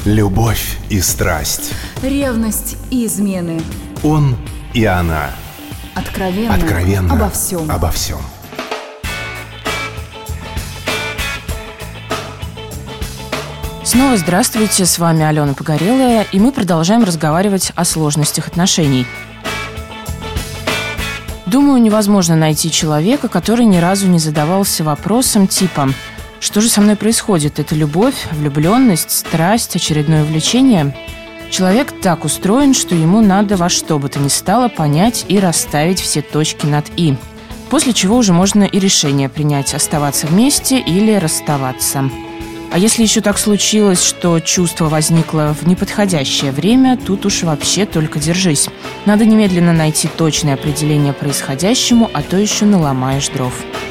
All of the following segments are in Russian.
Любовь и страсть. Ревность и измены. Он и она. Откровенно обо всем. Обо всем. Снова здравствуйте, с вами Алена Погорелая, и мы продолжаем разговаривать о сложностях отношений. Думаю, невозможно найти человека, который ни разу не задавался вопросом типа: что же со мной происходит? Это любовь, влюбленность, страсть, очередное увлечение? Человек так устроен, что ему надо во что бы то ни стало понять и расставить все точки над «и». После чего уже можно и решение принять: оставаться вместе или расставаться. А если еще так случилось, что чувство возникло в неподходящее время, тут уж вообще только держись. Надо немедленно найти точное определение происходящему, а то еще наломаешь дров.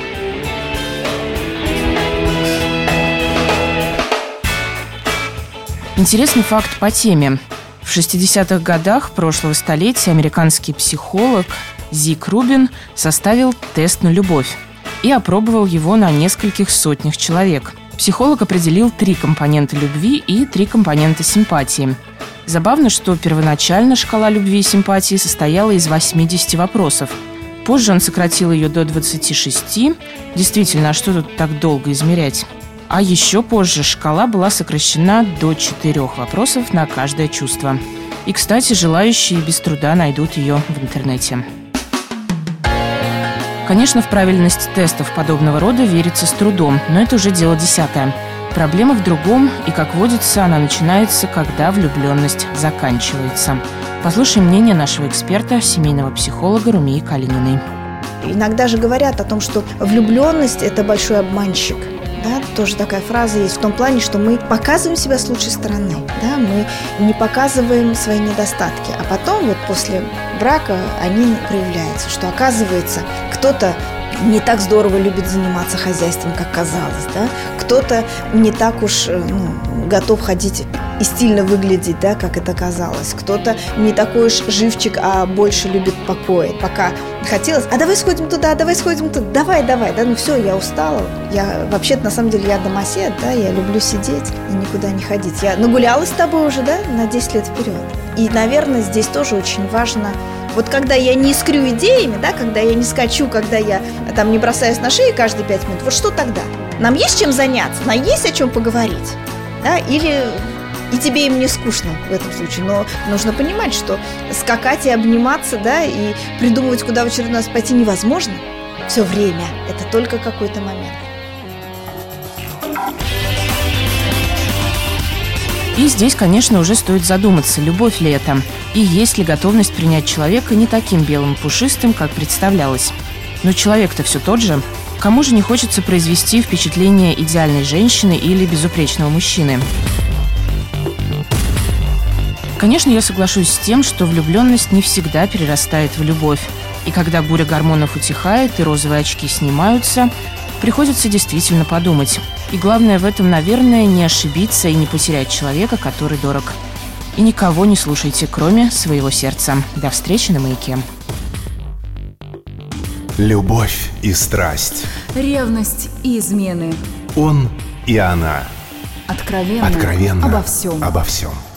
Интересный факт по теме. В 60-х годах прошлого столетия американский психолог Зиг Рубин составил тест на любовь и опробовал его на нескольких сотнях человек. Психолог определил 3 компонента любви и 3 компонента симпатии. Забавно, что первоначально шкала любви и симпатии состояла из 80 вопросов. Позже он сократил ее до 26. Действительно, а что тут так долго измерять? А еще позже шкала была сокращена до 4 вопросов на каждое чувство. И, кстати, желающие без труда найдут ее в интернете. Конечно, в правильность тестов подобного рода верится с трудом, но это уже дело 10-е. Проблема в другом, и, как водится, она начинается, когда влюбленность заканчивается. Послушаем мнение нашего эксперта, семейного психолога Румии Калининой. Иногда же говорят о том, что влюбленность – это большой обманщик. Да, тоже такая фраза есть в том плане, что мы показываем себя с лучшей стороны, да, мы не показываем свои недостатки, а потом вот после брака они проявляются, что оказывается кто-то не так здорово любит заниматься хозяйством, как казалось, да, кто-то не так уж готов ходить и стильно выглядеть, да, как это казалось, кто-то не такой уж живчик, а больше любит покой. Пока хотелось: а давай сходим туда, давай, да, ну все, я устала. Я вообще-то, на самом деле, я домосед, да, я люблю сидеть и никуда не ходить. Я нагулялась с тобой уже, да, на 10 лет вперед. И, наверное, здесь тоже очень важно, вот когда я не искрю идеями, да, когда я не скачу, когда я там не бросаюсь на шею каждые 5 минут, вот что тогда? Нам есть чем заняться, нам есть о чем поговорить, да, или и тебе им не скучно в этом случае, но нужно понимать, что скакать и обниматься, да, и придумывать, куда в очередной раз пойти, невозможно все время, это только какой-то момент. И здесь, конечно, уже стоит задуматься, любовь ли это, и есть ли готовность принять человека не таким белым и пушистым, как представлялось. Но человек-то все тот же. Кому же не хочется произвести впечатление идеальной женщины или безупречного мужчины? Конечно, я соглашусь с тем, что влюбленность не всегда перерастает в любовь. И когда буря гормонов утихает и розовые очки снимаются, приходится действительно подумать. И главное в этом, наверное, не ошибиться и не потерять человека, который дорог. И никого не слушайте, кроме своего сердца. До встречи на «Маяке». Любовь и страсть. Ревность и измены. Он и она. Откровенно обо всем. Обо всем.